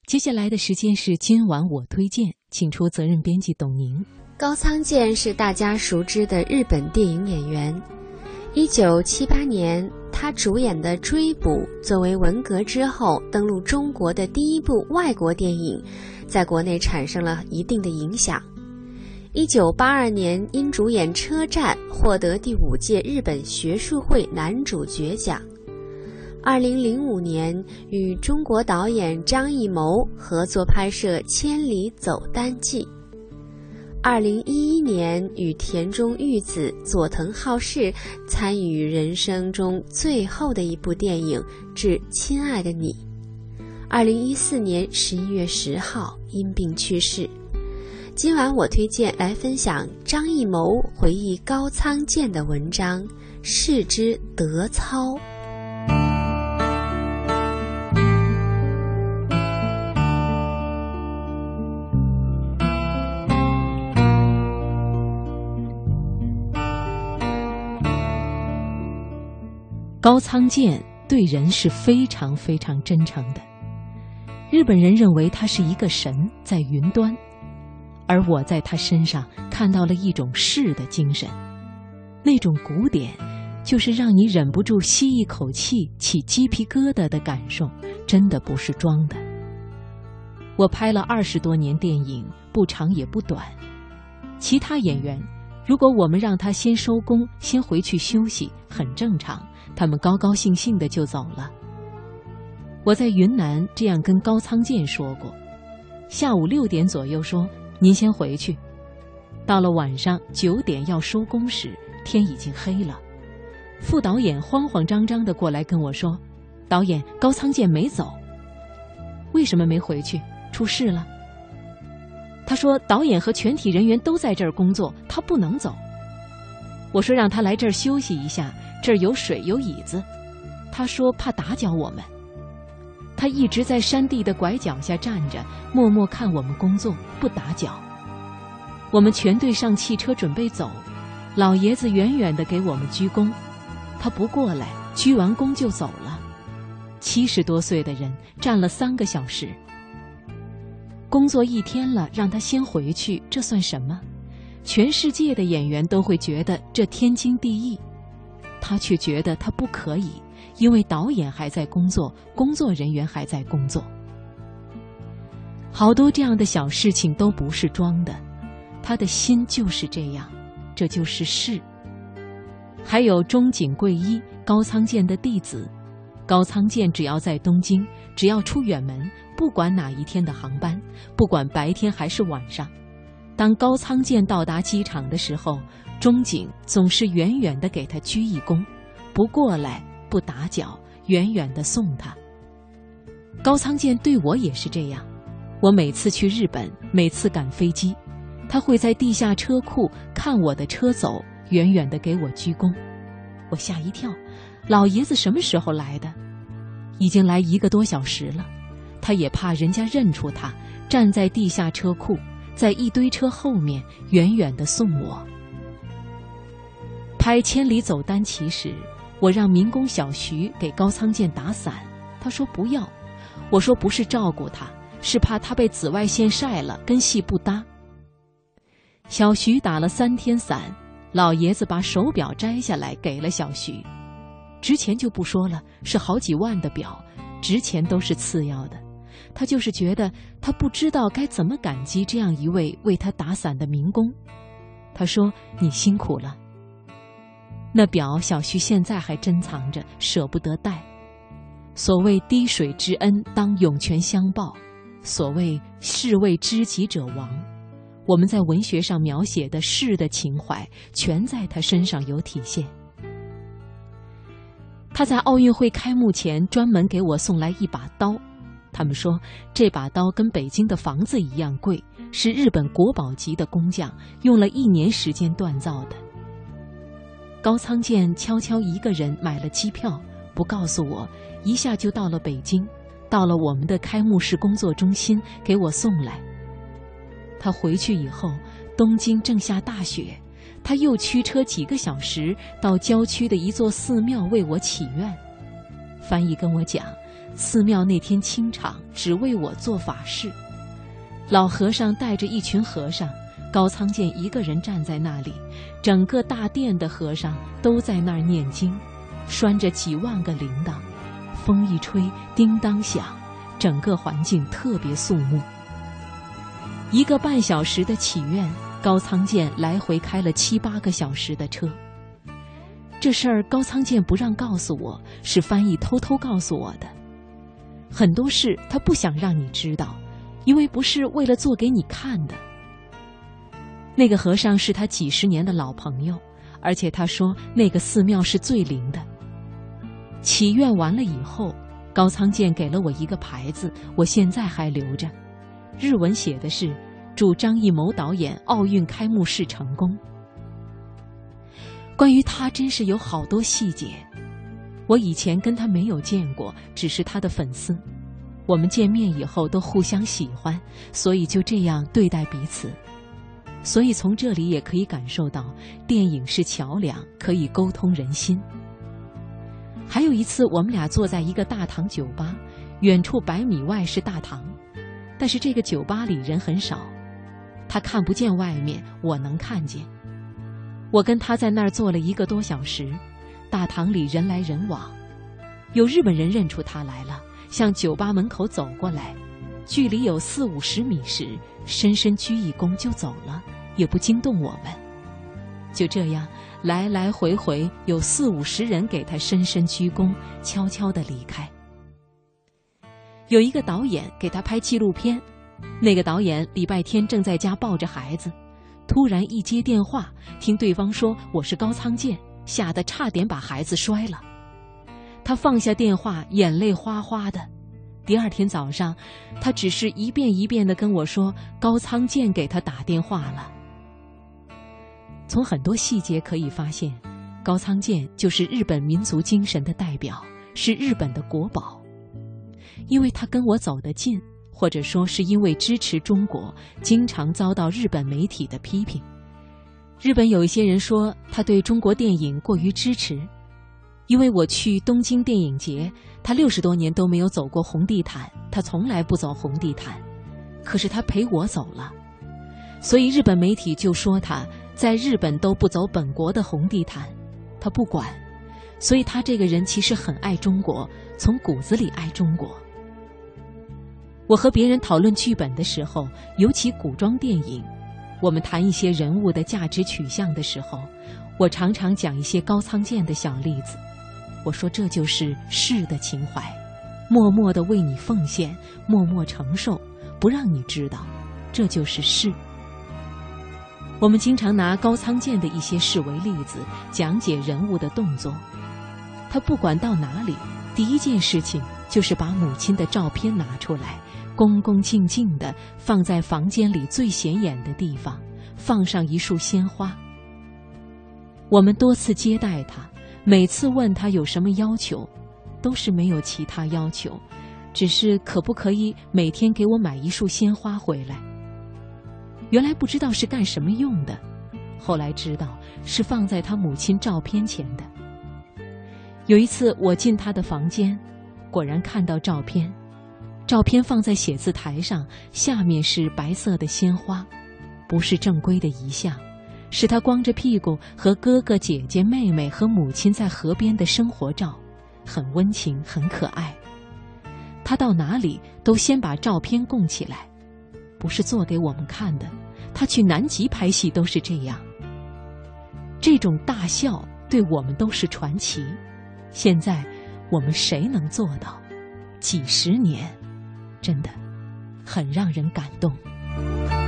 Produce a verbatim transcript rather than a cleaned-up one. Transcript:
接下来的时间是今晚我推荐，请出责任编辑董宁。 高仓健是大家熟知的日本电影演员。一九七八年，他主演的《追捕》作为文革之后登陆中国的第一部外国电影，在国内产生了一定的影响。一九八二年，因主演《车站》获得第五届日本学术会男主角奖。二零零五年，与中国导演张艺谋合作拍摄《千里走单骑》。二零一一年，与田中裕子、佐藤浩市参与人生中最后的一部电影《致亲爱的你》。二零一四年十一月十号因病去世。今晚我推荐来分享张艺谋回忆高仓健的文章《视之德操》。 高仓健对人是非常非常真诚的，日本人认为他是一个神在云端，而我在他身上看到了一种士的精神，那种古典就是让你忍不住吸一口气起鸡皮疙瘩的感受，真的不是装的。我拍了二十多年电影，不长也不短，其他演员如果我们让他先收工，先回去休息，很正常，他们高高兴兴的就走了。我在云南这样跟高仓健说过，下午六点左右说您先回去，到了晚上九点要收工时，天已经黑了。副导演慌慌张张地过来跟我说，导演，高仓健没走。为什么没回去？出事了？他说导演和全体人员都在这儿工作，他不能走。我说让他来这儿休息一下，这儿有水有椅子。他说怕打搅我们。他一直在山地的拐角下站着，默默看我们工作，不打搅。我们全队上汽车准备走，老爷子远远地给我们鞠躬，他不过来，鞠完躬就走了。七十多岁的人站了三个小时，工作一天了，让他先回去，这算什么？全世界的演员都会觉得这天经地义，他却觉得他不可以，因为导演还在工作，工作人员还在工作。好多这样的小事情都不是装的，他的心就是这样，这就是事。还有中井贵一，高仓健的弟子。高仓健只要在东京，只要出远门，不管哪一天的航班，不管白天还是晚上，当高仓健到达机场的时候，中井总是远远地给他鞠一躬，不过来，不打搅，远远地送他。高仓健对我也是这样，我每次去日本，每次赶飞机，他会在地下车库看我的车走，远远地给我鞠躬。我吓一跳，老爷子什么时候来的？已经来一个多小时了。他也怕人家认出他，站在地下车库，在一堆车后面远远地送我。拍《千里走单骑》时，我让民工小徐给高仓健打伞，他说不要。我说不是照顾他，是怕他被紫外线晒了，跟戏不搭。小徐打了三天伞，老爷子把手表摘下来给了小徐。值钱就不说了，是好几万的表，值钱都是次要的。他就是觉得他不知道该怎么感激这样一位为他打伞的民工。他说你辛苦了。那表小徐现在还珍藏着，舍不得带。所谓滴水之恩当涌泉相报，所谓士为知己者亡，我们在文学上描写的士的情怀全在他身上有体现。他在奥运会开幕前专门给我送来一把刀，他们说这把刀跟北京的房子一样贵，是日本国宝级的工匠用了一年时间锻造的。高仓健悄悄一个人买了机票，不告诉我，一下就到了北京，到了我们的开幕式工作中心给我送来。他回去以后，东京正下大雪，他又驱车几个小时到郊区的一座寺庙为我祈愿。翻译跟我讲， 寺庙那天清场，只为我做法事。老和尚带着一群和尚，高仓健一个人站在那里，整个大殿的和尚都在那儿念经，拴着几万个铃铛，风一吹，叮当响，整个环境特别肃穆。一个半小时的祈愿，高仓健来回开了七八个小时的车。这事儿高仓健不让告诉我，是翻译偷偷告诉我的。很多事他不想让你知道，因为不是为了做给你看的。那个和尚是他几十年的老朋友，而且他说那个寺庙是最灵的。祈愿完了以后，高仓健给了我一个牌子，我现在还留着。日文写的是祝张艺谋导演奥运开幕式成功。关于他真是有好多细节，我以前跟他没有见过，只是他的粉丝。我们见面以后都互相喜欢，所以就这样对待彼此。所以从这里也可以感受到，电影是桥梁，可以沟通人心。还有一次，我们俩坐在一个大堂酒吧，远处百米外是大堂，但是这个酒吧里人很少，他看不见外面，我能看见。我跟他在那儿坐了一个多小时，大堂里人来人往，有日本人认出他来了，向酒吧门口走过来，距离有四五十米时，深深鞠一躬就走了，也不惊动我们。就这样来来回回有四五十人给他深深鞠躬，悄悄地离开。有一个导演给他拍纪录片，那个导演礼拜天正在家抱着孩子，突然一接电话，听对方说我是高仓健，吓得差点把孩子摔了。他放下电话，眼泪哗哗的。第二天早上，他只是一遍一遍地跟我说高仓健给他打电话了。从很多细节可以发现，高仓健就是日本民族精神的代表，是日本的国宝。因为他跟我走得近，或者说是因为支持中国，经常遭到日本媒体的批评。日本有一些人说他对中国电影过于支持。因为我去东京电影节，他六十多年都没有走过红地毯，他从来不走红地毯，可是他陪我走了，所以日本媒体就说他在日本都不走本国的红地毯，他不管，所以他这个人其实很爱中国，从骨子里爱中国。我和别人讨论剧本的时候，尤其古装电影，我们谈一些人物的价值取向的时候，我常常讲一些高仓健的小例子。我说这就是士的情怀，默默地为你奉献，默默承受，不让你知道，这就是士。我们经常拿高仓健的一些事为例子，讲解人物的动作。他不管到哪里，第一件事情就是把母亲的照片拿出来，恭恭敬敬地放在房间里最显眼的地方，放上一束鲜花。我们多次接待他，每次问他有什么要求，都是没有其他要求，只是可不可以每天给我买一束鲜花回来。原来不知道是干什么用的，后来知道是放在他母亲照片前的。有一次我进他的房间，果然看到照片，照片放在写字台上，下面是白色的鲜花，不是正规的遗像，是他光着屁股和哥哥姐姐妹妹和母亲在河边的生活照，很温情很可爱。他到哪里都先把照片供起来，不是做给我们看的，他去南极拍戏都是这样。这种大孝对我们都是传奇，现在我们谁能做到？几十年，真的很让人感动。